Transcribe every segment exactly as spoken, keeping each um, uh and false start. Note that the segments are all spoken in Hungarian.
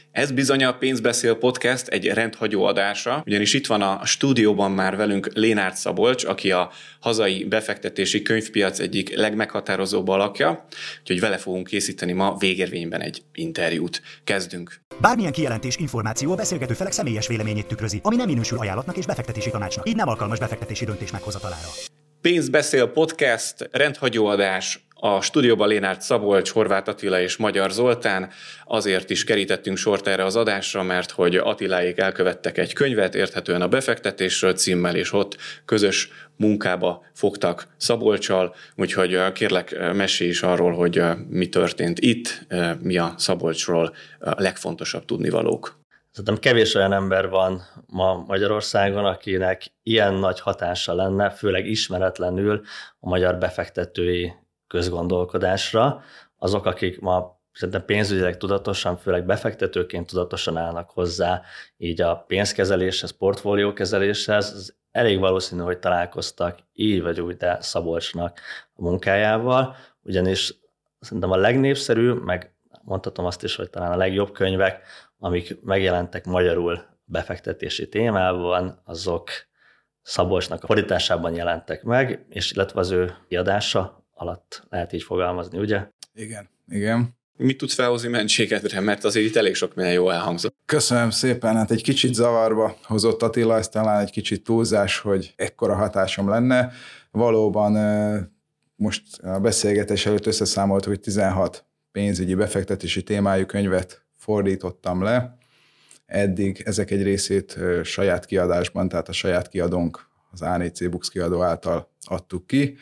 Ez bizony a Pénzbeszél Podcast egy rendhagyó adása, ugyanis itt van a stúdióban már velünk Lénárt Szabolcs, aki a hazai befektetési könyvpiac egyik legmeghatározóbb alakja, úgyhogy vele fogunk készíteni ma végérvényben egy interjút. Kezdünk! Bármilyen kijelentés, információ a beszélgető felek személyes véleményét tükrözi, ami nem minősül ajánlatnak és befektetési tanácsnak, így nem alkalmas befektetési döntés meghozatalára. Pénzbeszél Podcast, rendhagyó adás, a stúdióban Lénárt Szabolcs, Horváth Attila és Magyar Zoltán. Azért is kerítettünk sort erre az adásra, mert hogy Attiláék elkövettek egy könyvet, érthetően a befektetésről címmel, és ott közös munkába fogtak Szabolccsal, úgyhogy kérlek, mesélj is arról, hogy mi történt itt, mi a Szabolcsról a legfontosabb tudnivalók. Szerintem kevés olyan ember van ma Magyarországon, akinek ilyen nagy hatása lenne, főleg ismeretlenül a magyar befektetői közgondolkodásra. Azok, akik ma szerintem pénzügyileg tudatosan, főleg befektetőként tudatosan állnak hozzá így a pénzkezeléshez, portfóliókezeléshez, az elég valószínű, hogy találkoztak így vagy úgy, de Szabolcsnak a munkájával, ugyanis szerintem a legnépszerűbb, meg mondhatom azt is, hogy talán a legjobb könyvek, amik megjelentek magyarul befektetési témában, azok Szabolcsnak a fordításában jelentek meg, és illetve az ő kiadása alatt lehet így fogalmazni, ugye? Igen, igen. Mit tudsz felhozni mentségedre, mert azért itt elég sok minden jó elhangzott. Köszönöm szépen, hát egy kicsit zavarba hozott Attila, ez talán egy kicsit túlzás, hogy ekkora hatásom lenne. Valóban most a beszélgetés előtt összeszámolt, hogy tizenhat pénzügyi befektetési témájú könyvet fordítottam le. Eddig ezek egy részét saját kiadásban, tehát a saját kiadónk, az á négy cé Books kiadó által adtuk ki.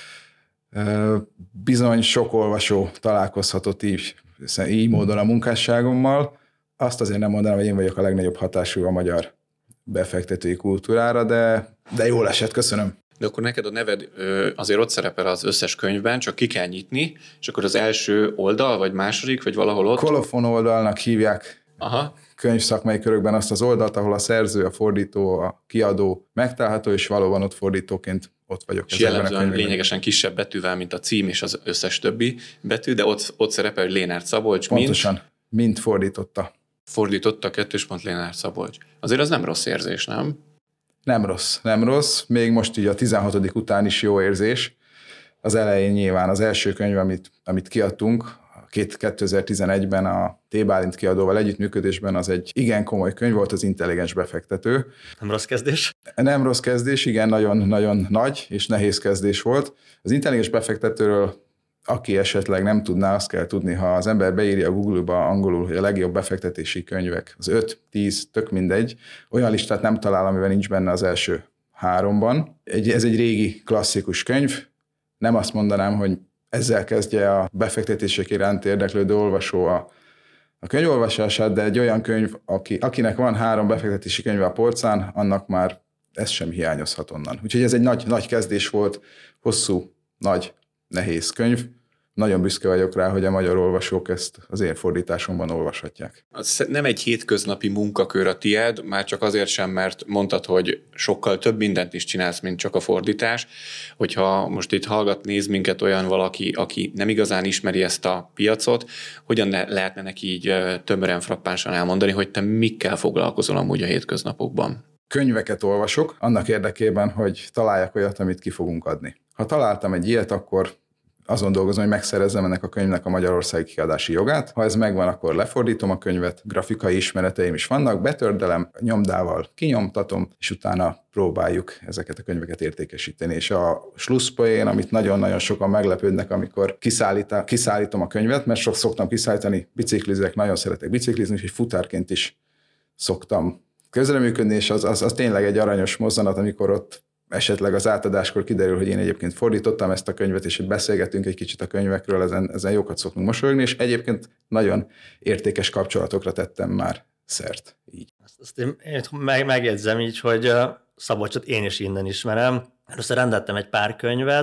Bizony sok olvasó találkozhatott így, így módon a munkásságommal. Azt azért nem mondanám, hogy én vagyok a legnagyobb hatású a magyar befektetői kultúrára, de, de jól esett, köszönöm. De akkor neked a neved azért ott szerepel az összes könyvben, csak ki kell nyitni, és akkor az első oldal, vagy második, vagy valahol ott? Kolofon oldalnak hívják. Aha. Könyvszakmai körökben azt az oldalt, ahol a szerző, a fordító, a kiadó megtalálható, és valóban ott fordítóként ott vagyok. És jellemzően lényegesen kisebb betűvel, mint a cím és az összes többi betű, de ott, ott szerepel, hogy Lénárt Szabolcs. Pontosan, mint, mint fordította. Fordította, kettős pont Lénárt Szabolcs. Azért az nem rossz érzés, nem? Nem rossz, nem rossz. Még most így a tizenhatodik után is jó érzés. Az elején nyilván az első könyv, amit, amit kiadtunk, kétezer-tizenegyben a T. Bálint kiadóval együttműködésben, az egy igen komoly könyv volt, az Intelligens befektető. Nem rossz kezdés? Nem rossz kezdés, igen, nagyon-nagyon nagy és nehéz kezdés volt. Az Intelligens befektetőről, aki esetleg nem tudná, azt kell tudni, ha az ember beírja a Google-ba angolul, hogy a legjobb befektetési könyvek, az öt, tíz, tök mindegy, olyan listát nem talál, amiben nincs benne az első háromban. Egy, ez egy régi klasszikus könyv, nem azt mondanám, hogy ezzel kezdje a befektetések iránt érdeklődő olvasó a, a könyvolvasását, de egy olyan könyv, aki, akinek van három befektetési könyve a polcán, annak már ez sem hiányozhat onnan. Úgyhogy ez egy nagy, nagy kezdés volt, hosszú, nagy, nehéz könyv. Nagyon büszke vagyok rá, hogy a magyar olvasók ezt az én fordításomban olvashatják. Az nem egy hétköznapi munkakör a tied, már csak azért sem, mert mondtad, hogy sokkal több mindent is csinálsz, mint csak a fordítás. Hogyha most itt hallgat, néz minket olyan valaki, aki nem igazán ismeri ezt a piacot, hogyan lehetne neki így tömören, frappánsan elmondani, hogy te mikkel foglalkozol amúgy a hétköznapokban? Könyveket olvasok, annak érdekében, hogy találjak olyat, amit ki fogunk adni. Ha találtam egy ilyet, akkor azon dolgozom, hogy megszerezzem ennek a könyvnek a magyarországi kiadási jogát. Ha ez megvan, akkor lefordítom a könyvet, grafikai ismereteim is vannak, betördelem, nyomdával kinyomtatom, és utána próbáljuk ezeket a könyveket értékesíteni. És a slusszpoén, amit nagyon-nagyon sokan meglepődnek, amikor kiszállítom a könyvet, mert sok szoktam kiszállítani, biciklizek, nagyon szeretek biciklizni, és futárként is szoktam közreműködni, és az, az, az tényleg egy aranyos mozzanat, amikor ott esetleg az átadáskor kiderül, hogy én egyébként fordítottam ezt a könyvet, és beszélgetünk egy kicsit a könyvekről, ezen, ezen jókat szoktunk mosolyogni, és egyébként nagyon értékes kapcsolatokra tettem már szert így. Ezt, ezt én, én meg, megjegyzem így, hogy Szabolcsot én is innen ismerem. Először rendeltem egy pár könyvet,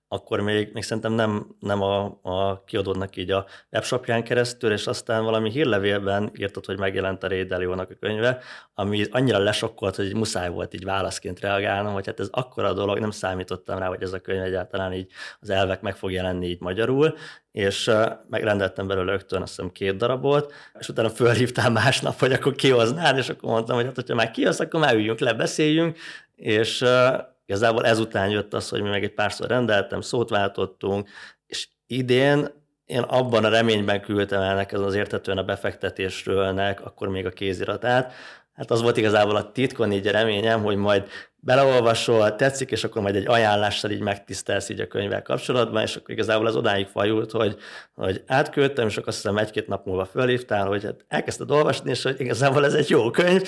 akkor még, még szerintem nem, nem a, a kiadódnak így a webshopján keresztül, és aztán valami hírlevélben írtad, hogy megjelent a Ray Dalio-nak a könyve, ami annyira lesokkolt, hogy muszáj volt így válaszként reagálnom, hogy hát ez akkora dolog, nem számítottam rá, hogy ez a könyv egyáltalán így az elvek meg fog jelenni így magyarul, és megrendeltem belőle rögtön, azt hiszem két darabot, és utána fölhívtál másnap, hogy akkor kihoznád, és akkor mondtam, hogy hát, hogyha már kihoz, akkor már üljünk le, beszéljünk, és igazából ezután jött az, hogy mi meg egy párszor rendeltem, szót váltottunk, és idén én abban a reményben küldtem el neked az érthetően a befektetésrőlnek, akkor még a kéziratát. Hát az volt igazából a titkon így a reményem, hogy majd beleolvasol, tetszik, és akkor majd egy ajánlással így megtisztelsz így a könyvvel kapcsolatban, és akkor igazából az odáig fajult, hogy, hogy átküldtem, és akkor azt hiszem egy-két nap múlva fölhívtál, hogy hát elkezdted olvasni, és hogy igazából ez egy jó könyv.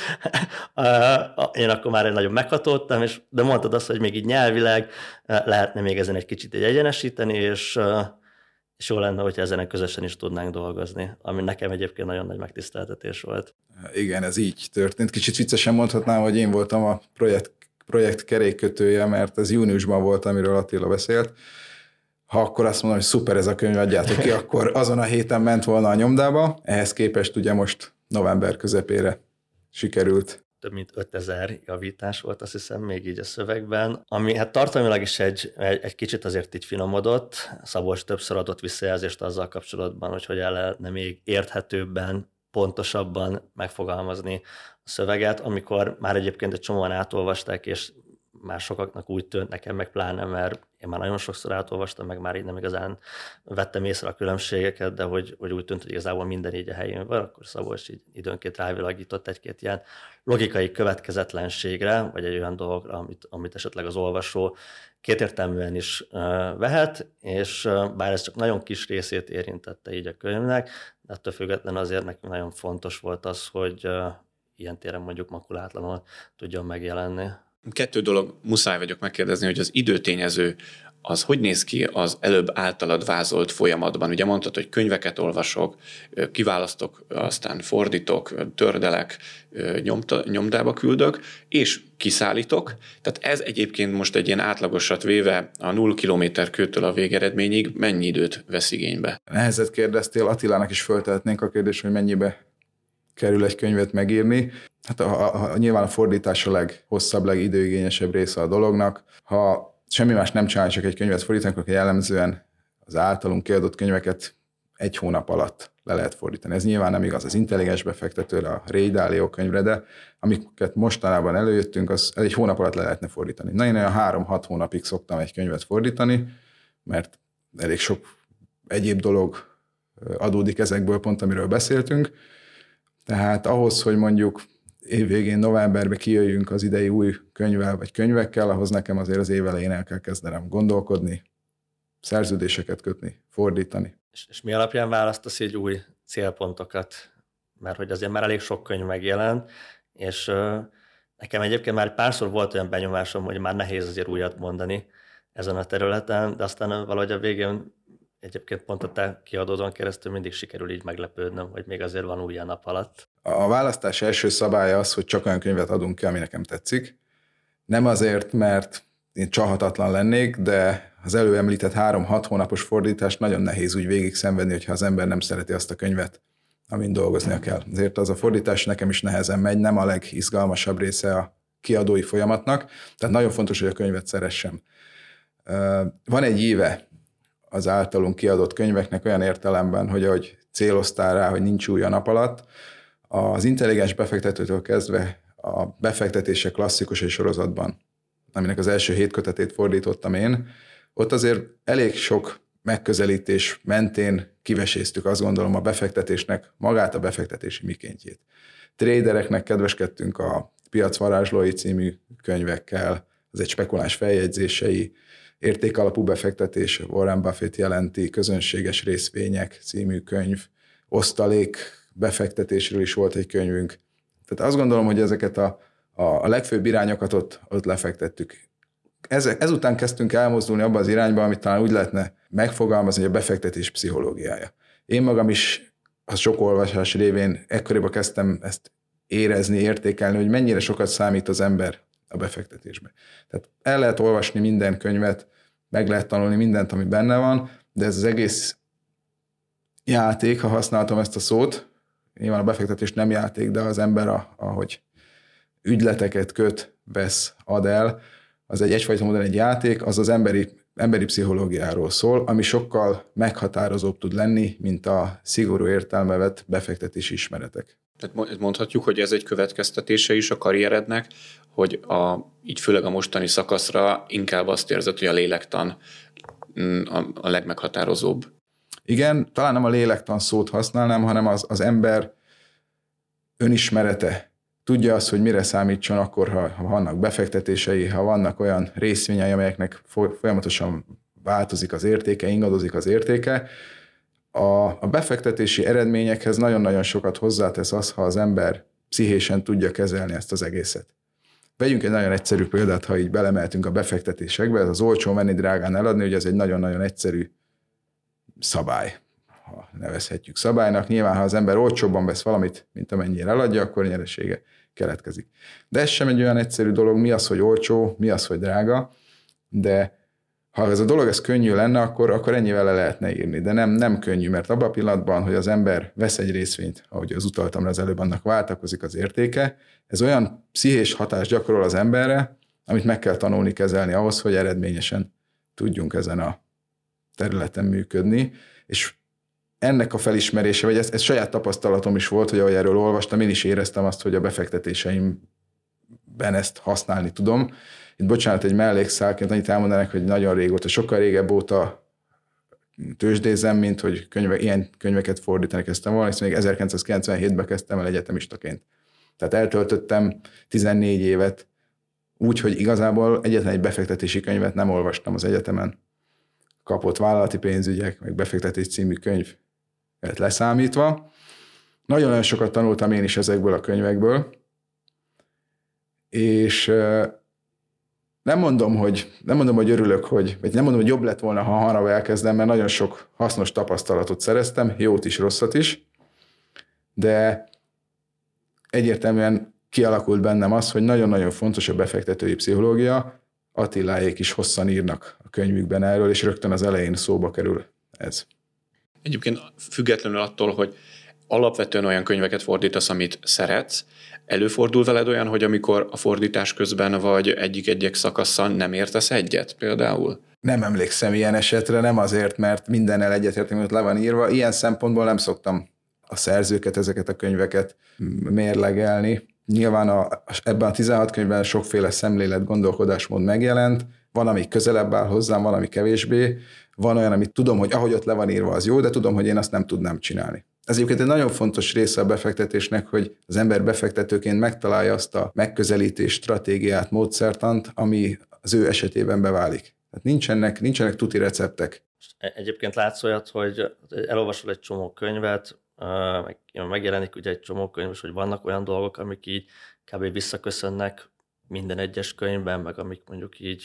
Én akkor már nagyon meghatódtam, és de mondtad azt, hogy még így nyelvileg lehetne még ezen egy kicsit egy egyenesíteni, és, és jó lenne, hogyha ezen közösen is tudnánk dolgozni, ami nekem egyébként nagyon nagy megtiszteltetés volt. Igen, ez így történt. Kicsit viccesen mondhatnám, hogy én voltam a projekt, projekt kerékkötője, mert ez júniusban volt, amiről Attila beszélt. Ha akkor azt mondom, hogy szuper ez a könyv, adjátok ki, akkor azon a héten ment volna a nyomdába. Ehhez képest ugye most november közepére sikerült. Több mint ötezer javítás volt, azt hiszem, még így a szövegben, ami hát tartalmilag is egy, egy, egy kicsit azért így finomodott. Szabolcs többször adott visszajelzést azzal kapcsolatban, hogy hogyan lehetne még érthetőbben, pontosabban megfogalmazni a szöveget, amikor már egyébként egy csomóan átolvasták, és már sokaknak úgy tűnt, nekem meg pláne, mert én már nagyon sokszor átolvastam, meg már így nem igazán vettem észre a különbségeket, de hogy, hogy úgy tűnt, hogy igazából minden így a helyén van, akkor Szabolcs így időnként rávilágított egy-két ilyen logikai következetlenségre, vagy egy olyan dologra, amit, amit esetleg az olvasó kétértelműen is uh, vehet, és uh, bár ez csak nagyon kis részét érintette így a könyvnek, de ettől függetlenül azért nekünk nagyon fontos volt az, hogy uh, ilyen téren mondjuk makulátlanul tudjon megjelenni. Kettő dolog muszáj vagyok megkérdezni, hogy az időtényező az hogy néz ki az előbb általad vázolt folyamatban? Ugye mondtad, hogy könyveket olvasok, kiválasztok, aztán fordítok, tördelek, nyomta, nyomdába küldök, és kiszállítok. Tehát ez egyébként most egy ilyen átlagosat véve a nulla kilométer kőtől a végeredményig mennyi időt vesz igénybe? Nehezet kérdeztél, Attilának is föltehetnénk a kérdés, hogy mennyibe kerül egy könyvet megírni. Hát a, a, a, nyilván a fordítás a leghosszabb, legidőigényesebb része a dolognak. Ha semmi más nem csinál, csak egy könyvet fordítanak, akkor jellemzően az általunk kiadott könyveket egy hónap alatt le lehet fordítani. Ez nyilván nem igaz az intelligens befektetőre, a Ray Dalio könyvre, de amiket mostanában előjöttünk, az egy hónap alatt le lehetne fordítani. Na, én olyan három-hat hónapig szoktam egy könyvet fordítani, mert elég sok egyéb dolog adódik ezekből, pont amiről beszéltünk. Tehát ahhoz, hogy mondjuk évvégén, novemberben kijöjjünk az idei új könyvvel vagy könyvekkel, ahhoz nekem azért az év elején el kell kezdenem gondolkodni, szerződéseket kötni, fordítani. És, és mi alapján választasz így új célpontokat? Mert hogy azért már elég sok könyv megjelent, és uh, nekem egyébként már párszor volt olyan benyomásom, hogy már nehéz azért újat mondani ezen a területen, de aztán valahogy a végén egyébként pont a te kiadódon keresztül mindig sikerül így meglepődnöm, hogy még azért van új a nap alatt. A választás első szabálya az, hogy csak olyan könyvet adunk ki, ami nekem tetszik. Nem azért, mert én csalhatatlan lennék, de az előemlített három-hat hónapos fordítást nagyon nehéz úgy végig szenvedni, hogyha az ember nem szereti azt a könyvet, amin dolgoznia kell. Azért az a fordítás nekem is nehezen megy, nem a legizgalmasabb része a kiadói folyamatnak, tehát nagyon fontos, hogy a könyvet szeressem. Van egy íve az általunk kiadott könyveknek olyan értelemben, hogy ahogy céloztál rá, hogy nincs új a nap alatt, az intelligens befektetőtől kezdve a befektetések klasszikus egy sorozatban, aminek az első hét kötetét fordítottam én, ott azért elég sok megközelítés mentén kiveséztük, azt gondolom, a befektetésnek magát a befektetési mikéntjét. Trédereknek kedveskedtünk a Piacvarázslói című könyvekkel, ez egy spekuláns feljegyzései, Értékalapú befektetés, Warren Buffett jelenti, Közönséges részvények című könyv, Osztalék befektetésről is volt egy könyvünk. Tehát azt gondolom, hogy ezeket a, a, a legfőbb irányokat ott, ott lefektettük. Ez, ezután kezdtünk elmozdulni abba az irányba, amit talán úgy lehetne megfogalmazni, hogy a befektetés pszichológiája. Én magam is a sok olvasás révén ekkoriban kezdtem ezt érezni, értékelni, hogy mennyire sokat számít az ember a befektetésbe. Tehát el lehet olvasni minden könyvet, meg lehet tanulni mindent, ami benne van, de ez az egész játék, ha használtam ezt a szót, nyilván a befektetés nem játék, de az ember, ahogy ügyleteket köt, vesz, ad el, az egy egyfajta módon egy játék, az az emberi, emberi pszichológiáról szól, ami sokkal meghatározóbb tud lenni, mint a szigorú értelme vett befektetési ismeretek. Tehát mondhatjuk, hogy ez egy következtetése is a karrierednek, hogy a, így főleg a mostani szakaszra inkább azt érzed, hogy a lélektan a, a legmeghatározóbb. Igen, talán nem a lélektan szót használnám, hanem az, az ember önismerete. Tudja azt, hogy mire számítson akkor, ha, ha vannak befektetései, ha vannak olyan részvényei, amelyeknek folyamatosan változik az értéke, ingadozik az értéke. A, a befektetési eredményekhez nagyon-nagyon sokat hozzátesz az, ha az ember pszichésen tudja kezelni ezt az egészet. Vegyünk egy nagyon egyszerű példát, ha így belemeltünk a befektetésekbe, ez az olcsó menni, drágán eladni, ugye ez egy nagyon-nagyon egyszerű szabály, ha nevezhetjük szabálynak. Nyilván, ha az ember olcsóbban vesz valamit, mint amennyire eladja, akkor nyeresége keletkezik. De ez sem egy olyan egyszerű dolog, mi az, hogy olcsó, mi az, hogy drága, de ha ez a dolog ez könnyű lenne, akkor, akkor ennyivel le lehetne írni, de nem, nem könnyű, mert abban a pillanatban, hogy az ember vesz egy részvényt, ahogy az utaltam az előbb, annak váltakozik az értéke, ez olyan pszichés hatást gyakorol az emberre, amit meg kell tanulni kezelni ahhoz, hogy eredményesen tudjunk ezen a területen működni, és ennek a felismerése, vagy ez, ez saját tapasztalatom is volt, hogy ahogy erről olvastam, én is éreztem azt, hogy a befektetéseimben ezt használni tudom. Itt bocsánat, egy mellékszálként annyit elmondanak, hogy nagyon régóta, sokkal régebb óta tőzsdézem, mint hogy könyve, ilyen könyveket fordítani kezdtem volna, hiszen még ezerkilencszázkilencvenhétben kezdtem el egyetemistaként. Tehát eltöltöttem tizennégy évet úgy, hogy igazából egyetlen egy befektetési könyvet nem olvastam az egyetemen. Kapott vállalati pénzügyek, meg befektetés című könyv leszámítva. Nagyon-nagyon sokat tanultam én is ezekből a könyvekből, és nem mondom, hogy, nem mondom, hogy örülök, hogy, vagy nem mondom, hogy jobb lett volna, ha hamarabb elkezdem, mert nagyon sok hasznos tapasztalatot szereztem, jót is, rosszat is, de egyértelműen kialakult bennem az, hogy nagyon-nagyon fontos a befektetői pszichológia. Attiláék is hosszan írnak a könyvükben erről, és rögtön az elején szóba kerül ez. Egyébként függetlenül attól, hogy alapvetően olyan könyveket fordítasz, amit szeretsz, előfordul veled olyan, hogy amikor a fordítás közben vagy egyik-egyik szakasszal nem értesz egyet például? Nem emlékszem ilyen esetre, nem azért, mert mindennel egyetértünk, hogy le van írva. Ilyen szempontból nem szoktam a szerzőket, ezeket a könyveket mérlegelni. Nyilván a, ebben a tizenhat könyvben sokféle szemlélet, gondolkodásmód megjelent, van, ami közelebb áll hozzám, van, ami kevésbé, van olyan, amit tudom, hogy ahogy ott le van írva, az jó, de tudom, hogy én azt nem tudnám csinálni. Ez egyébként egy nagyon fontos része a befektetésnek, hogy az ember befektetőként megtalálja azt a megközelítés, stratégiát, módszertant, ami az ő esetében beválik. Tehát nincsenek, nincsenek tuti receptek. Egyébként látsz olyat, hogy elolvasol egy csomó könyvet, megjelenik ugye egy csomó könyv, és hogy vannak olyan dolgok, amik így kb. Visszaköszönnek minden egyes könyvben, meg amik mondjuk így,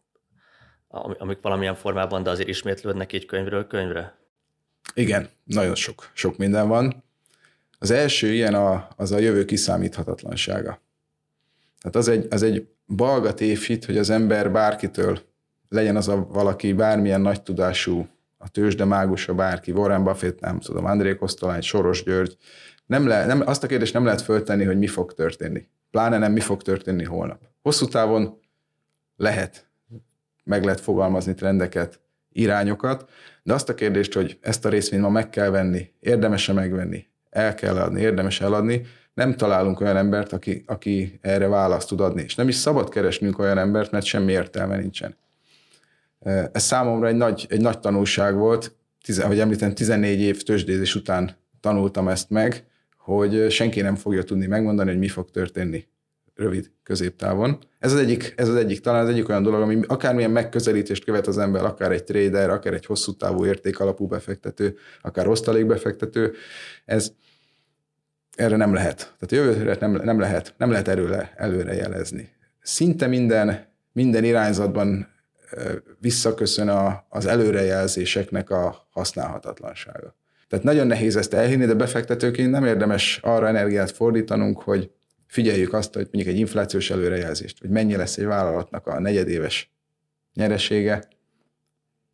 amik valamilyen formában, de azért ismétlődnek így könyvről könyvre? Igen, nagyon sok, sok minden van. Az első ilyen a, az a jövő kiszámíthatatlansága. Tehát az egy, az egy balga tévhit, hogy az ember bárkitől, legyen az a valaki bármilyen nagy tudású, a tőzsde mágusa, bárki, Warren Buffett, nem tudom, André Kosztolány, Soros György, nem le, nem, azt a kérdést nem lehet föltenni, hogy mi fog történni. Pláne nem mi fog történni holnap. Hosszú távon lehet, meg lehet fogalmazni trendeket, irányokat, de azt a kérdést, hogy ezt a részvényt ma meg kell venni, érdemes-e megvenni, el kell adni, érdemes eladni, nem találunk olyan embert, aki, aki erre választ tud adni. És nem is szabad keresnünk olyan embert, mert semmi értelme nincsen. Ez számomra egy nagy, egy nagy tanulság volt, tizen, ahogy említem, tizennégy év tőzsdézés után tanultam ezt meg, hogy senki nem fogja tudni megmondani, hogy mi fog történni rövid, középtávon. Ez az egyik, ez az egyik, talán az egyik olyan dolog, ami akármilyen megközelítést követ az ember, akár egy trader, akár egy hosszú távú értékalapú befektető, akár osztalékbefektető, ez erre nem lehet. Tehát jövőre nem, nem lehet, nem lehet előre, előre jelezni. Szinte minden, minden irányzatban visszaköszön a, az előrejelzéseknek a használhatatlansága. Tehát nagyon nehéz ezt elhinni, de befektetőként nem érdemes arra energiát fordítanunk, hogy figyeljük azt, hogy mondjuk egy inflációs előrejelzést, hogy mennyi lesz egy vállalatnak a negyedéves nyeresége,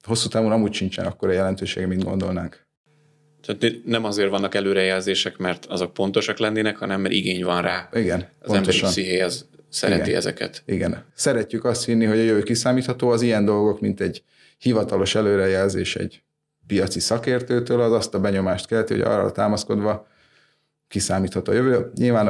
hosszú távon amúgy sincsen akkora jelentősége, mint gondolnánk. Tehát nem azért vannak előrejelzések, mert azok pontosak lennének, hanem mert igény van rá. Igen, az pontosan. emberi pszichéhez szereti Igen. ezeket. Igen. Szeretjük azt hinni, hogy a jövő kiszámítható, az ilyen dolgok, mint egy hivatalos előrejelzés egy piaci szakértőtől, az azt a benyomást kelti, hogy arra támaszkodva kiszámítható a jövő. Nyilván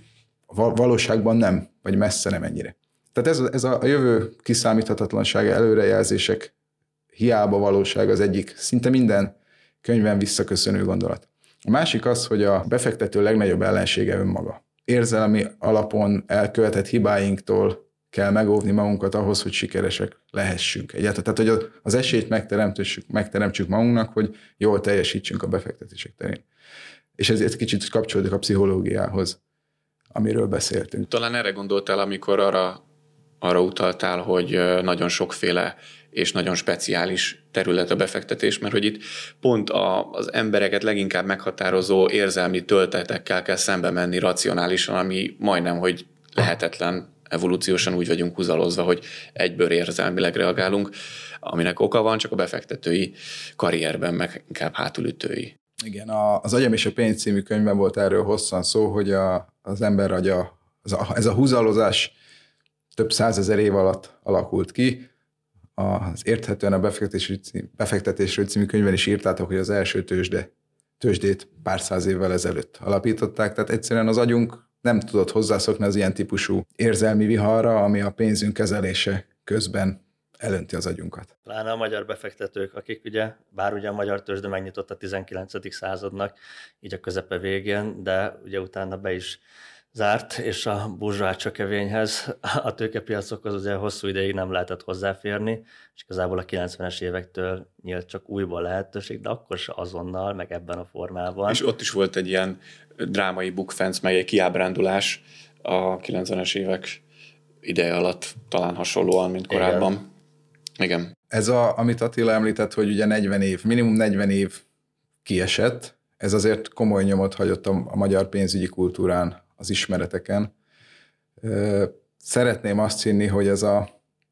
a valóságban nem, vagy messze nem ennyire. Tehát ez a, ez a jövő kiszámíthatatlansága, előrejelzések hiába valóság az egyik szinte minden könyvben visszaköszönő gondolat. A másik az, hogy a befektető legnagyobb ellensége önmaga. Érzelmi alapon elkövetett hibáinktól kell megóvni magunkat ahhoz, hogy sikeresek lehessünk. Egyáltalán, tehát, hogy az esélyt megteremtsük, megteremtsük magunknak, hogy jól teljesítsünk a befektetések terén. És ez egy kicsit kapcsolódik a pszichológiához, amiről beszéltünk. Talán erre gondoltál, amikor arra, arra utaltál, hogy nagyon sokféle és nagyon speciális terület a befektetés, mert hogy itt pont a, az embereket leginkább meghatározó érzelmi töltetekkel kell szembe menni racionálisan, ami majdnem, hogy lehetetlen, evolúciósan úgy vagyunk húzalozva, hogy egyből érzelmileg reagálunk, aminek oka van, csak a befektetői karrierben, meg inkább hátulütői. Igen, a, az Agyam és a pénz című könyvben volt erről hosszan szó, hogy a, az ember agya, az a, ez a húzalozás több százezer év alatt alakult ki. Az Érthetően a befektetésről, befektetésről című könyvben is írtátok, hogy az első tőzsde, tőzsdét pár száz évvel ezelőtt alapították, tehát egyszerűen az agyunk nem tudott hozzászokni az ilyen típusú érzelmi viharra, ami a pénzünk kezelése közben elönti az agyunkat. Pláne a magyar befektetők, akik ugye, bár ugye a magyar tőzsde megnyitott a tizenkilencedik századnak, így a közepe végén, de ugye utána be is zárt, és a burzsóá csökevényhez, a tőkepiacokhoz ugye hosszú ideig nem lehetett hozzáférni, és igazából a kilencvenes évektől nyílt csak újból lehetőség, de akkor se azonnal, meg ebben a formában. És ott is volt egy ilyen drámai bukfenc, mely egy kiábrándulás a kilencvenes évek ideje alatt, talán hasonlóan, mint korábban. Igen. Igen. Ez, a, amit Attila említett, hogy ugye negyven év, minimum negyven év kiesett, ez azért komoly nyomot hagyott a, a magyar pénzügyi kultúrán, az ismereteken. Szeretném azt hinni, hogy ez a,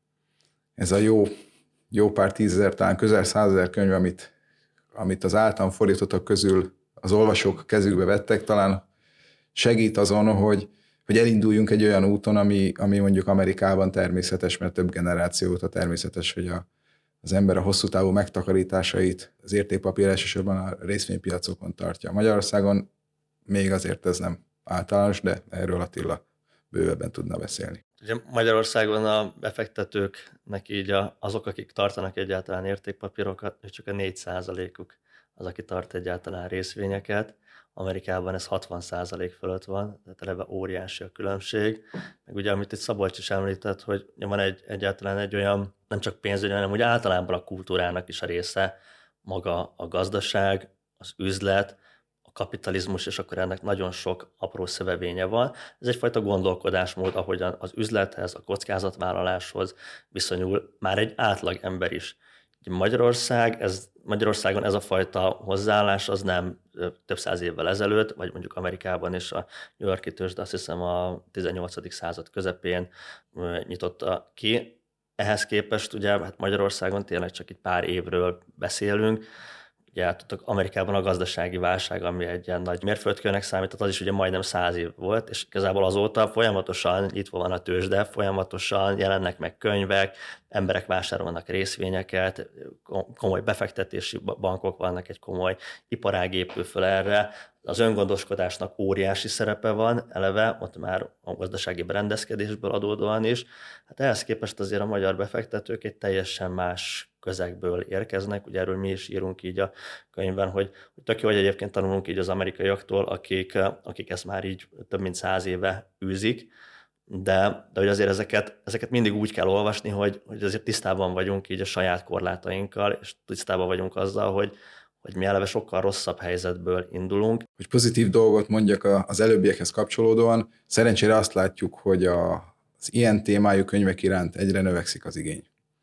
ez a jó, jó pár tízezer, talán közel százezer könyv, amit, amit az általam fordítottak közül az olvasók kezükbe vettek, talán segít azon, hogy, hogy elinduljunk egy olyan úton, ami, ami mondjuk Amerikában természetes, mert több generáció óta természetes, hogy a, az ember a hosszú távú megtakarításait az értékpapír elsősorban a részvénypiacokon tartja. Magyarországon még azért ez nem általános, de erről Attila bővebben tudna beszélni. Ugye Magyarországon a befektetőknek így a, azok, akik tartanak egyáltalán értékpapírokat, csak a négy százalékuk az, aki tart egyáltalán részvényeket. Amerikában ez hatvan százalék fölött van, tehát eleve óriási a különbség. Meg ugye, amit itt Szabolcs is említett, hogy van egy, egyáltalán egy olyan, nem csak pénzügyi, hanem úgy általában a kultúrának is a része, maga a gazdaság, az üzlet, kapitalizmus, és akkor ennek nagyon sok apró szövevénye van. Ez egyfajta gondolkodásmód, ahogyan az üzlethez, a kockázatvállaláshoz viszonyul már egy átlag ember is. Magyarország, ez, Magyarországon ez a fajta hozzáállás az nem több száz évvel ezelőtt, vagy mondjuk Amerikában is a New York-i tőzsde, azt hiszem a tizennyolcadik század közepén nyitotta ki. Ehhez képest ugye hát Magyarországon tényleg csak egy pár évről beszélünk. Ugye tudtok, Amerikában a gazdasági válság, ami egy ilyen nagy mérföldkőnek számított, az is ugye majdnem száz év volt, és igazából azóta folyamatosan nyitva van a tőzsde, folyamatosan jelennek meg könyvek, emberek vásárolnak részvényeket, komoly befektetési bankok vannak, egy komoly iparág épül föl erre. Az öngondoskodásnak óriási szerepe van eleve, ott már a gazdasági berendezkedésből adódóan is. Hát ehhez képest azért a magyar befektetők egy teljesen más közegből érkeznek. Ugye erről mi is írunk így a könyvben, hogy, hogy tök jó, hogy egyébként tanulunk így az amerikaiaktól, akik, akik ezt már így több mint száz éve űzik, de, de hogy azért ezeket, ezeket mindig úgy kell olvasni, hogy, hogy azért tisztában vagyunk így a saját korlátainkkal, és tisztában vagyunk azzal, hogy, hogy mi eleve sokkal rosszabb helyzetből indulunk. Hogy pozitív dolgot mondjak az előbbiekhez kapcsolódóan, szerencsére azt látjuk, hogy a, az ilyen témájú könyvek iránt egyre növekszik az igény.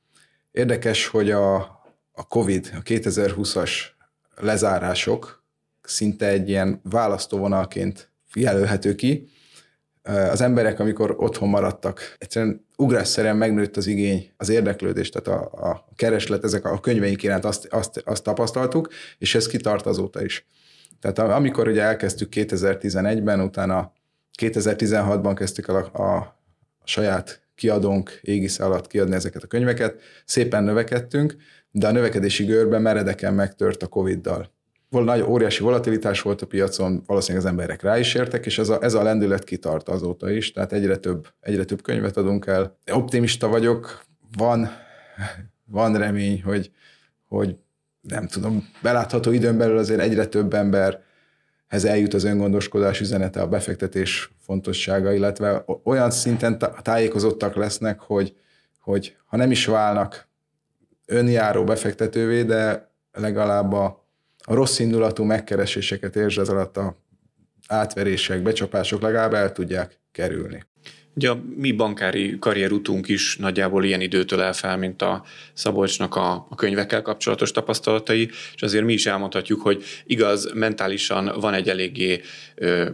Érdekes, hogy a, a Covid, a kétezer-húszas lezárások szinte egy ilyen választóvonalként jelölhető ki. az emberek, amikor otthon maradtak, egyszerűen ugrásszerűen megnőtt az igény, az érdeklődés, tehát a, a kereslet, ezek a könyveink iránt azt, azt, azt tapasztaltuk, és ez kitart azóta is. Tehát amikor ugye elkezdtük kétezer-tizenegyben, utána kétezer-tizenhatban kezdtük el a, a, a saját kiadónk égisze alatt kiadni ezeket a könyveket, szépen növekedtünk, de a növekedési görben meredeken megtört a Coviddal. Nagy óriási volatilitás volt a piacon, valószínűleg az emberek rá is értek, és ez a, ez a lendület kitart azóta is, tehát egyre több, egyre több könyvet adunk el. Optimista vagyok, van, van remény, hogy, hogy nem tudom, belátható időn belül azért egyre több emberhez eljut az öngondoskodás üzenete, a befektetés fontossága, illetve olyan szinten tájékozottak lesznek, hogy, hogy ha nem is válnak önjáró befektetővé, de legalább a a rossz indulatú megkereséseket érzs az alatt a átverések, becsapások legalább el tudják kerülni. Ugye a mi bankári karrierutunk is nagyjából ilyen időtől el fel, mint a Szabolcsnak a, a könyvekkel kapcsolatos tapasztalatai, és azért mi is elmondhatjuk, hogy igaz, mentálisan van egy eléggé ö,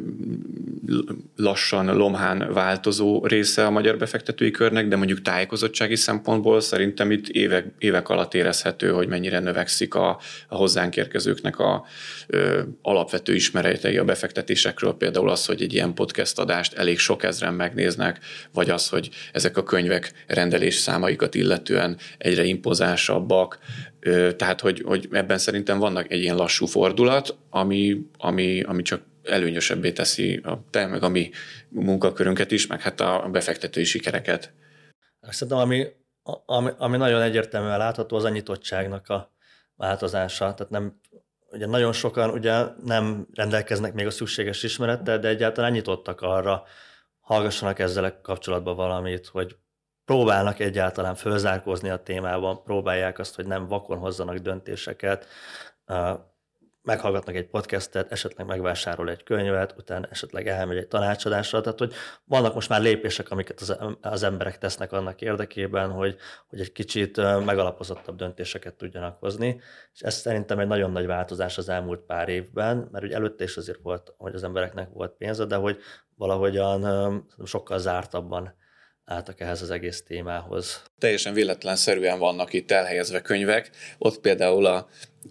lassan, lomhán változó része a magyar befektetői körnek, de mondjuk tájékozottsági szempontból szerintem itt évek, évek alatt érezhető, hogy mennyire növekszik a, a hozzánk érkezőknek a ö, alapvető ismeretei a befektetésekről, például az, hogy egy ilyen podcast adást elég sok ezren megnéznek, vagy az, hogy ezek a könyvek rendelés számaikat illetően egyre impozánsabbak. Tehát, hogy, hogy ebben szerintem vannak egy ilyen lassú fordulat, ami, ami, ami csak előnyösebbé teszi a te, meg a mi munkakörünket is, meg hát a befektetői sikereket. Szerintem, ami, ami, ami nagyon egyértelműen látható, az a nyitottságnak a változása. Tehát nem, ugye nagyon sokan ugye nem rendelkeznek még a szükséges ismerettel, de egyáltalán nyitottak arra, hallgassanak ezzel kapcsolatban valamit, hogy próbálnak egyáltalán fölzárkózni a témában, próbálják azt, hogy nem vakon hozzanak döntéseket, meghallgatnak egy podcastet, esetleg megvásárol egy könyvet, utána esetleg elmegy egy tanácsadásra, tehát hogy vannak most már lépések, amiket az, az emberek tesznek annak érdekében, hogy, hogy egy kicsit megalapozottabb döntéseket tudjanak hozni, és ez szerintem egy nagyon nagy változás az elmúlt pár évben, mert ugye előtte is azért volt, hogy az embereknek volt pénze, de hogy valahogyan sokkal zártabban álltak ehhez az egész témához. Teljesen véletlenszerűen vannak itt elhelyezve könyvek, ott például a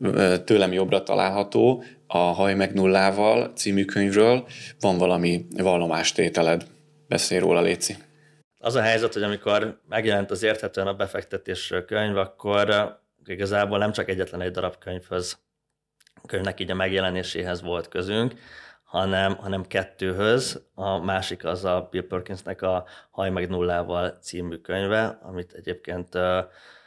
tőlem jobbra található a Hajj meg nullával című könyvről. Van valami vallomástételed? Beszélj róla, Léci. Az a helyzet, hogy amikor megjelent az Érthetően a befektetésről könyv, akkor igazából nem csak egyetlen egy darab könyvhöz, könyvnek így a megjelenéséhez volt közünk, hanem, hanem kettőhöz. A másik az a Bill Perkinsnek a Hajj meg nullával című könyve, amit egyébként uh,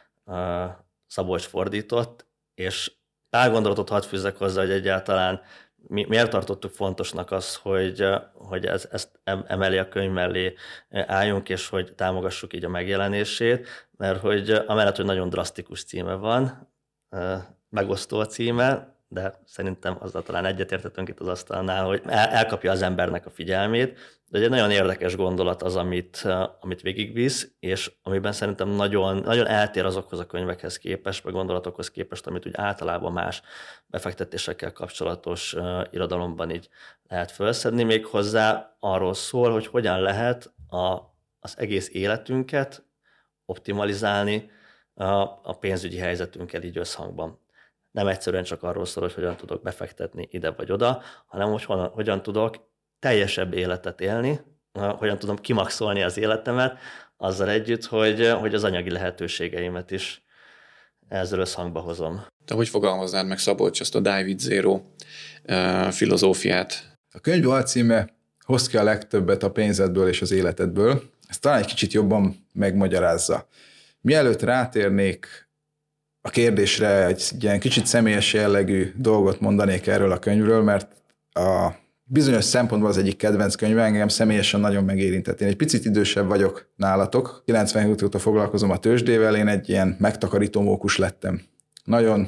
uh, Szabolcs fordított, és pár gondolatot hadd fűzzek hozzá, hogy egyáltalán mi, miért tartottuk fontosnak az, hogy, hogy ez, ezt emeli a könyv mellé álljunk, és hogy támogassuk így a megjelenését, mert hogy amellett, hogy nagyon drasztikus címe van, megosztó a címe, de szerintem azzal talán egyetértettünk itt az asztalnál, hogy el, elkapja az embernek a figyelmét, de egy nagyon érdekes gondolat az, amit, amit végigvisz, és amiben szerintem nagyon, nagyon eltér azokhoz a könyvekhez képest, vagy gondolatokhoz képest, amit úgy általában más befektetésekkel kapcsolatos uh, irodalomban így lehet felszedni. Még hozzá arról szól, hogy hogyan lehet a, az egész életünket optimalizálni a, a pénzügyi helyzetünkkel így összhangban. Nem egyszerűen csak arról szól, hogy hogyan tudok befektetni ide vagy oda, hanem hogy hogyan, hogyan tudok teljesebb életet élni, hogyan tudom kimaxolni az életemet, azzal együtt, hogy, hogy az anyagi lehetőségeimet is ezzel összhangba hozom. Te hogy fogalmaznád meg, Szabolcs, ezt a Die with Zero uh, filozófiát? A könyv alcíme Hozd ki a legtöbbet a pénzedből és az életedből. Ezt talán egy kicsit jobban megmagyarázza. Mielőtt rátérnék a kérdésre, egy ilyen kicsit személyes jellegű dolgot mondanék erről a könyvről, mert a bizonyos szempontból az egyik kedvenc könyve, engem személyesen nagyon megérintett. Én egy picit idősebb vagyok nálatok, kilencvenhét óta foglalkozom a tőzsdével, én egy ilyen megtakarító mókus lettem. Nagyon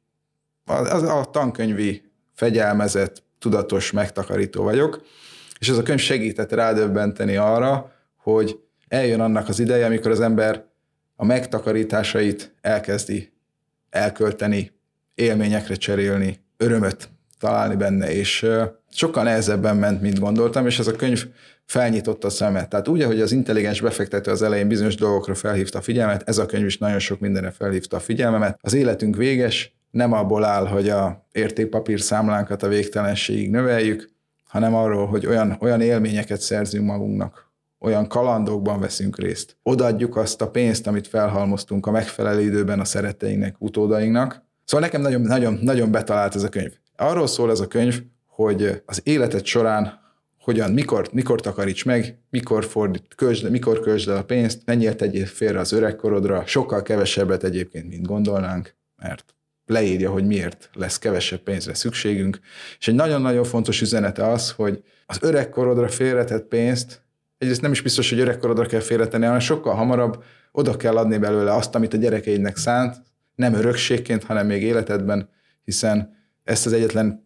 az a tankönyvi, fegyelmezett, tudatos megtakarító vagyok, és ez a könyv segített rádöbbenteni arra, hogy eljön annak az ideje, amikor az ember a megtakarításait elkezdi elkölteni, élményekre cserélni, örömöt találni benne, és sokkal nehezebben ment, mint gondoltam, és ez a könyv felnyitotta a szemet. Tehát úgy, ahogy az intelligens befektető az elején bizonyos dolgokra felhívta a figyelmet, ez a könyv is nagyon sok mindenre felhívta a figyelmemet. Az életünk véges, nem abból áll, hogy a értékpapír számlánkat a végtelenségig növeljük, hanem arról, hogy olyan, olyan élményeket szerzünk magunknak, olyan kalandokban veszünk részt. Odaadjuk azt a pénzt, amit felhalmoztunk a megfelelő időben a szeretteinknek, utódainknak. Szóval nekem nagyon, nagyon, nagyon betalált ez a könyv. Arról szól ez a könyv, hogy az életed során hogyan, mikor, mikor takaríts meg, mikor fordít, költsd, mikor költsd el a pénzt, mennyire tegyél félre az öregkorodra, sokkal kevesebbet egyébként, mint gondolnánk, mert leírja, hogy miért lesz kevesebb pénzre szükségünk. És egy nagyon-nagyon fontos üzenete az, hogy az öregkorodra félretett pénzt, egyrészt nem is biztos, hogy öregkorodra kell félretenni, hanem sokkal hamarabb oda kell adni belőle azt, amit a gyerekeidnek szánt, nem örökségként, hanem még életedben, hiszen ezt az egyetlen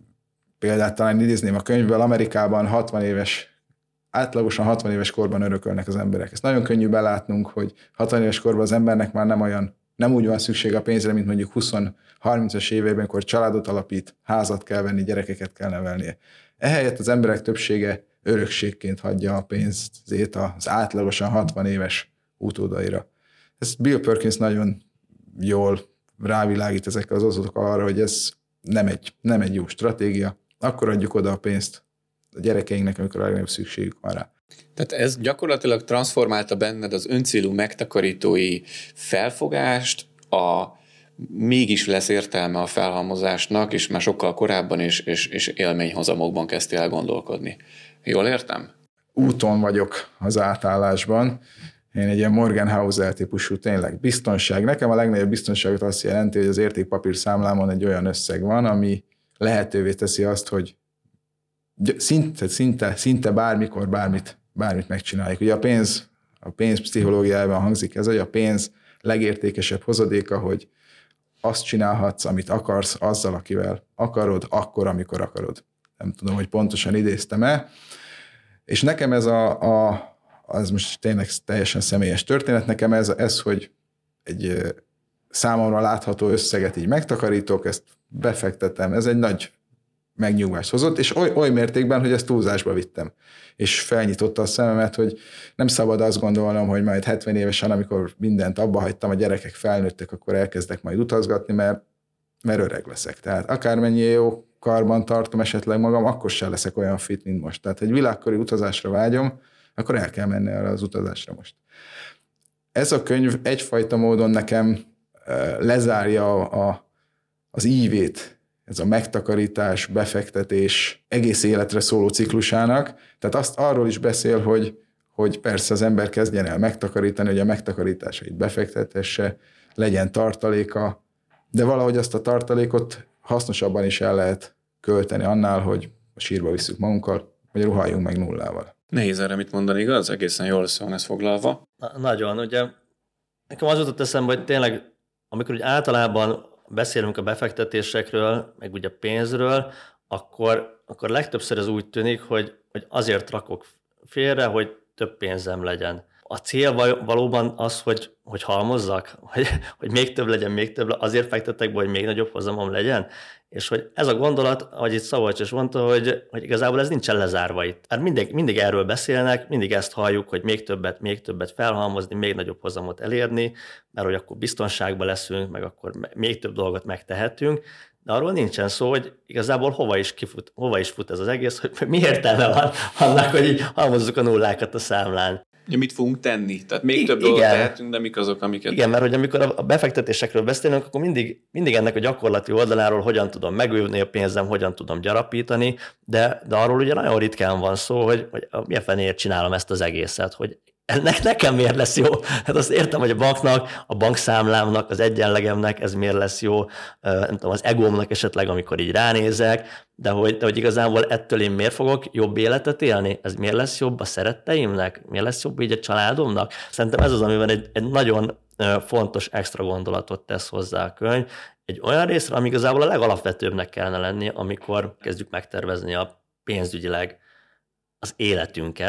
példát talán idézném a könyvből, Amerikában hatvan éves, átlagosan hatvan éves korban örökölnek az emberek. Ezt nagyon könnyű belátnunk, hogy hatvan éves korban az embernek már nem olyan, nem úgy van szüksége a pénzre, mint mondjuk húsz-harmincas évében, amikor családot alapít, házat kell venni, gyerekeket kell nevelnie. Ehelyett az emberek többsége örökségként hagyja a pénzét az átlagosan hatvan éves utódaira. Ez Bill Perkins nagyon jól rávilágít ezekkel az adatokkal arra, hogy ez nem egy, nem egy jó stratégia. Akkor adjuk oda a pénzt a gyerekeinknek, amikor a legnagyobb szükségük van rá. Tehát ez gyakorlatilag transformálta benned az öncélú megtakarítói felfogást, a mégis lesz értelme a felhalmozásnak, és már sokkal korábban is, és, és élményhozamokban kezdtél el gondolkodni. Jól értem? Úton vagyok az átállásban. Én egy ilyen Morgan Housel típusú tényleg biztonság. Nekem a legnagyobb biztonságot azt jelenti, hogy az értékpapír számlámon egy olyan összeg van, ami lehetővé teszi azt, hogy szinte, szinte, szinte bármikor bármit, bármit megcsináljuk. Ugye a pénz, a pénz pszichológiában hangzik ez, hogy a pénz legértékesebb hozadéka, hogy azt csinálhatsz, amit akarsz, azzal, akivel akarod, akkor, amikor akarod. Nem tudom, hogy pontosan idéztem-e. És nekem ez a, a az most tényleg teljesen személyes történet, nekem ez, ez hogy egy számomra látható összeget így megtakarítok, ezt befektetem, ez egy nagy megnyugvást hozott, és oly, oly mértékben, hogy ezt túlzásba vittem. És felnyitotta a szememet, hogy nem szabad azt gondolnom, hogy majd hetven évesen, amikor mindent abba hagytam, a gyerekek felnőttek, akkor elkezdek majd utazgatni, mert, mert öreg leszek. Tehát akármennyi jó karban tartom esetleg magam, akkor sem leszek olyan fit, mint most. Tehát egy világkori utazásra vágyom, akkor el kell menni arra az utazásra most. Ez a könyv egyfajta módon nekem lezárja a, az ívét, ez a megtakarítás, befektetés egész életre szóló ciklusának. Tehát azt arról is beszél, hogy, hogy persze az ember kezdjen el megtakarítani, hogy a megtakarításait befektetesse, legyen tartaléka, de valahogy azt a tartalékot hasznosabban is el lehet költeni annál, hogy a sírba visszük magunkkal, vagy ruháljunk meg nullával. Nehéz erre mit mondani, igaz? Egészen jól össze van ez foglalva. Na, nagyon, ugye nekem az jutott eszembe, hogy tényleg, amikor úgy általában beszélünk a befektetésekről, meg ugye pénzről, akkor, akkor legtöbbször ez úgy tűnik, hogy, hogy azért rakok félre, hogy több pénzem legyen. A cél valóban az, hogy, hogy halmozzak, hogy, hogy még több legyen, még több, azért fektetek be, hogy még nagyobb hozamom legyen. És hogy ez a gondolat, ahogy itt Szabolcs is mondta, hogy, hogy igazából ez nincsen lezárva itt. Hát mindig, mindig erről beszélnek, mindig ezt halljuk, hogy még többet, még többet felhalmozni, még nagyobb hozamot elérni, mert hogy akkor biztonságban leszünk, meg akkor még több dolgot megtehetünk. De arról nincsen szó, hogy igazából hova is, kifut, hova is fut ez az egész, hogy mi értelme van annak, hogy így halmozzuk a nullákat a számlán. Ja, mit fogunk tenni? Tehát még I- több igen. dolgot tehetünk, de mik azok, amiket... Igen, mert hogy amikor a befektetésekről beszélünk, akkor mindig, mindig ennek a gyakorlati oldaláról hogyan tudom megővni a pénzem, hogyan tudom gyarapítani, de, de arról ugye nagyon ritkán van szó, hogy, hogy milyen fenéért csinálom ezt az egészet, hogy ennek nekem miért lesz jó? Hát azt értem, hogy a banknak, a bankszámlámnak, az egyenlegemnek ez miért lesz jó, nem tudom, az egómnak esetleg, amikor így ránézek, de hogy, de hogy igazából ettől én miért fogok jobb életet élni? Ez miért lesz jobb a szeretteimnek? Miért lesz jobb így a családomnak? Szerintem ez az, amiben egy, egy nagyon fontos extra gondolatot tesz hozzá a könyv. Egy olyan részre, ami igazából a legalapvetőbbnek kellene lenni, amikor kezdjük megtervezni a pénzügyileg az életünket,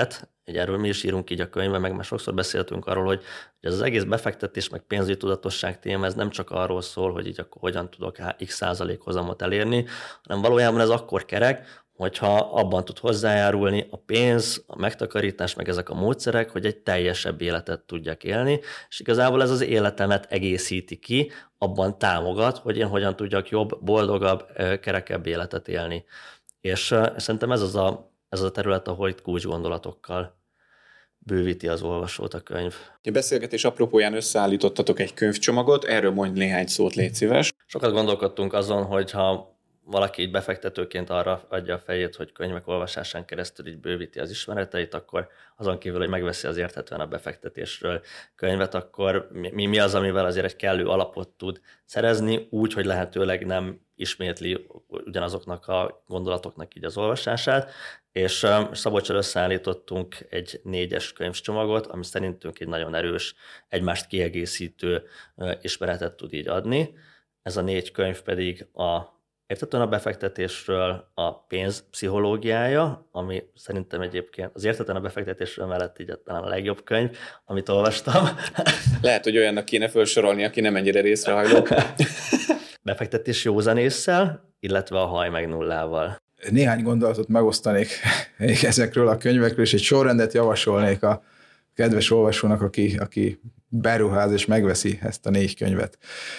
hogy erről mi is írunk így a könyvben, meg már sokszor beszéltünk arról, hogy ez az egész befektetés, meg pénzügyi tudatosság téma, ez nem csak arról szól, hogy így akkor hogyan tudok x százalék hozamot elérni, hanem valójában ez akkor kerek, hogyha abban tud hozzájárulni a pénz, a megtakarítás, meg ezek a módszerek, hogy egy teljesebb életet tudjak élni, és igazából ez az életemet egészíti ki, abban támogat, hogy én hogyan tudjak jobb, boldogabb, kerekebb életet élni. És szerintem ez az a, ez az a terület, ahol itt kulcsgondolatokkal bővíti az olvasót a könyv. A beszélgetés apropóján összeállítottatok egy könyvcsomagot, erről mondj néhány szót, légy szíves. Sokat gondolkodtunk azon, hogy ha valaki így befektetőként arra adja a fejét, hogy könyvek olvasásán keresztül így bővíti az ismereteit, akkor azon kívül, hogy megveszi az érthetően a befektetésről könyvet, akkor mi, mi az, amivel azért egy kellő alapot tud szerezni, úgy, hogy lehetőleg nem ismétli ugyanazoknak a gondolatoknak így az olvasását, és Szabolccsal összeállítottunk egy négyes könyvcsomagot, ami szerintünk egy nagyon erős, egymást kiegészítő ismeretet tud így adni. Ez a négy könyv pedig a érthetően a befektetésről, a pénz pszichológiája, ami szerintem egyébként az érthetően a befektetésről mellett így talán a legjobb könyv, amit olvastam. Lehet, hogy olyannak kéne felsorolni, aki nem ennyire részrehajló. Befektetés józanésszel, illetve a haj meg nullával. Néhány gondolatot megosztanék ezekről a könyvekről, és egy sorrendet javasolnék a kedves olvasónak, aki, aki beruház és megveszi ezt a négy könyvet.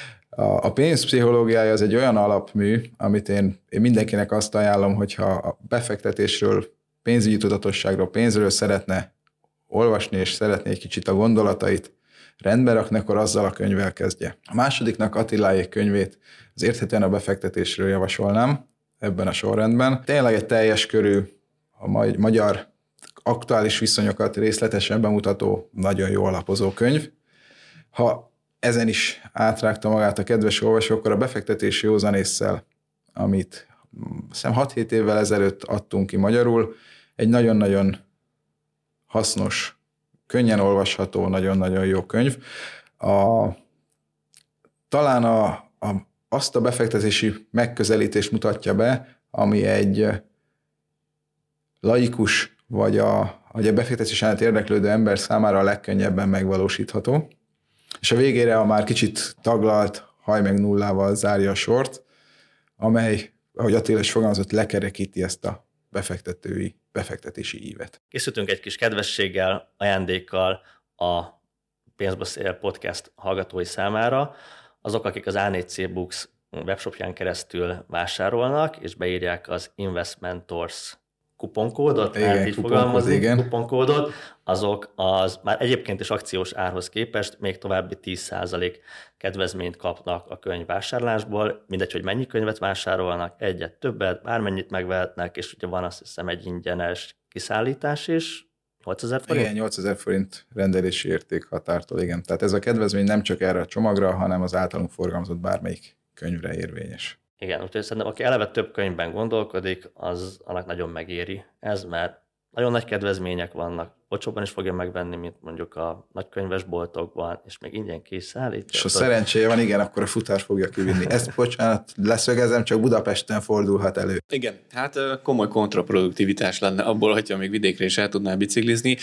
A pénzpszichológiája az egy olyan alapmű, amit én, én mindenkinek azt ajánlom, hogyha a befektetésről, pénzügyi tudatosságról, pénzről szeretne olvasni, és szeretné egy kicsit a gondolatait rendbe rakni, akkor azzal a könyvvel kezdje. A másodiknak Attiláék könyvét az érthetően a befektetésről javasolnám ebben a sorrendben. Tényleg egy teljes körű, a magyar aktuális viszonyokat részletesen bemutató, nagyon jó alapozó könyv. Ha ezen is átrágta magát a kedves olvasó, akkor a befektetési józanésszel, amit hiszem hat-hét évvel ezelőtt adtunk ki magyarul, egy nagyon-nagyon hasznos, könnyen olvasható, nagyon-nagyon jó könyv. A, talán a, a, azt a befektetési megközelítést mutatja be, ami egy laikus vagy a, vagy a befektetés iránt érdeklődő ember számára a legkönnyebben megvalósítható. És a végére a már kicsit taglalt haj meg nullával zárja a sort, amely, ahogy Attila is fogalmazott, lekerekíti ezt a befektetői, befektetési ívet. Készültünk egy kis kedvességgel, ajándékkal a Pénzbeszél podcast hallgatói számára. Azok, akik az á négy cé Books webshopján keresztül vásárolnak, és beírják az Investmentors kuponkódot, igen, így kuponkód, igen. kuponkódot, azok az már egyébként is akciós árhoz képest még további tíz százalék kedvezményt kapnak a könyv vásárlásból, mindegy, hogy mennyi könyvet vásárolnak, egyet, többet, bármennyit megvehetnek, és ugye van azt hiszem egy ingyenes kiszállítás is, nyolcezer forint? Igen, nyolcezer forint rendelési értékhatártól, igen. Tehát ez a kedvezmény nem csak erre a csomagra, hanem az általunk forgalmazott bármelyik könyvre érvényes. Igen, úgyhogy szerintem, aki eleve több könyvben gondolkodik, az annak nagyon megéri ez, mert nagyon nagy kedvezmények vannak. Olcsóbban is fogja megvenni, mint mondjuk a nagykönyvesboltokban, és még ingyen kiszállítja. És ha szerencséje van, igen, akkor a futár fogja kivinni. Ezt, bocsánat, leszögezem, csak Budapesten fordulhat elő. Igen, hát komoly kontraproduktivitás lenne abból, hogyha még vidékre is el tudnál biciklizni.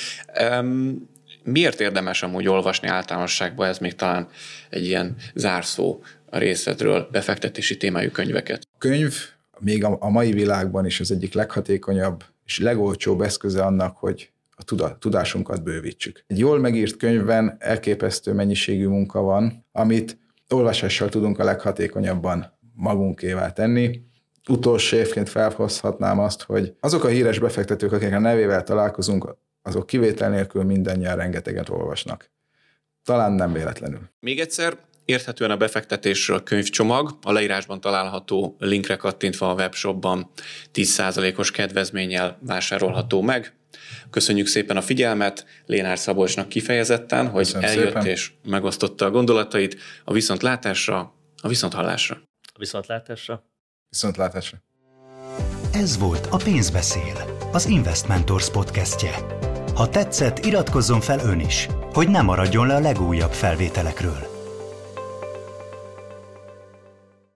Um, miért érdemes amúgy olvasni általánosságban, ez még talán egy ilyen zárszó a részletről, befektetési témájú könyveket? A könyv még a, a mai világban is az egyik leghatékonyabb és legolcsóbb eszköze annak, hogy a tudásunkat bővítsük. Egy jól megírt könyvben elképesztő mennyiségű munka van, amit olvasással tudunk a leghatékonyabban magunkévá tenni. Utolsó évként felhozhatnám azt, hogy azok a híres befektetők, akik a nevével találkozunk, azok kivétel nélkül mindannyian rengeteget olvasnak. Talán nem véletlenül. Még egyszer, érthetően a befektetésről könyvcsomag, a leírásban található linkre kattintva a webshopban tíz százalékos kedvezménnyel vásárolható meg. Köszönjük szépen a figyelmet Lénár Szabolcsnak kifejezetten, hogy Köszönöm eljött szépen. És megosztotta a gondolatait. A viszontlátásra, a viszonthallásra. A viszontlátásra. Viszontlátásra. Ez volt a Pénzbeszél, az Investmentors podcastje. Ha tetszett, iratkozzon fel ön is, hogy ne maradjon le a legújabb felvételekről.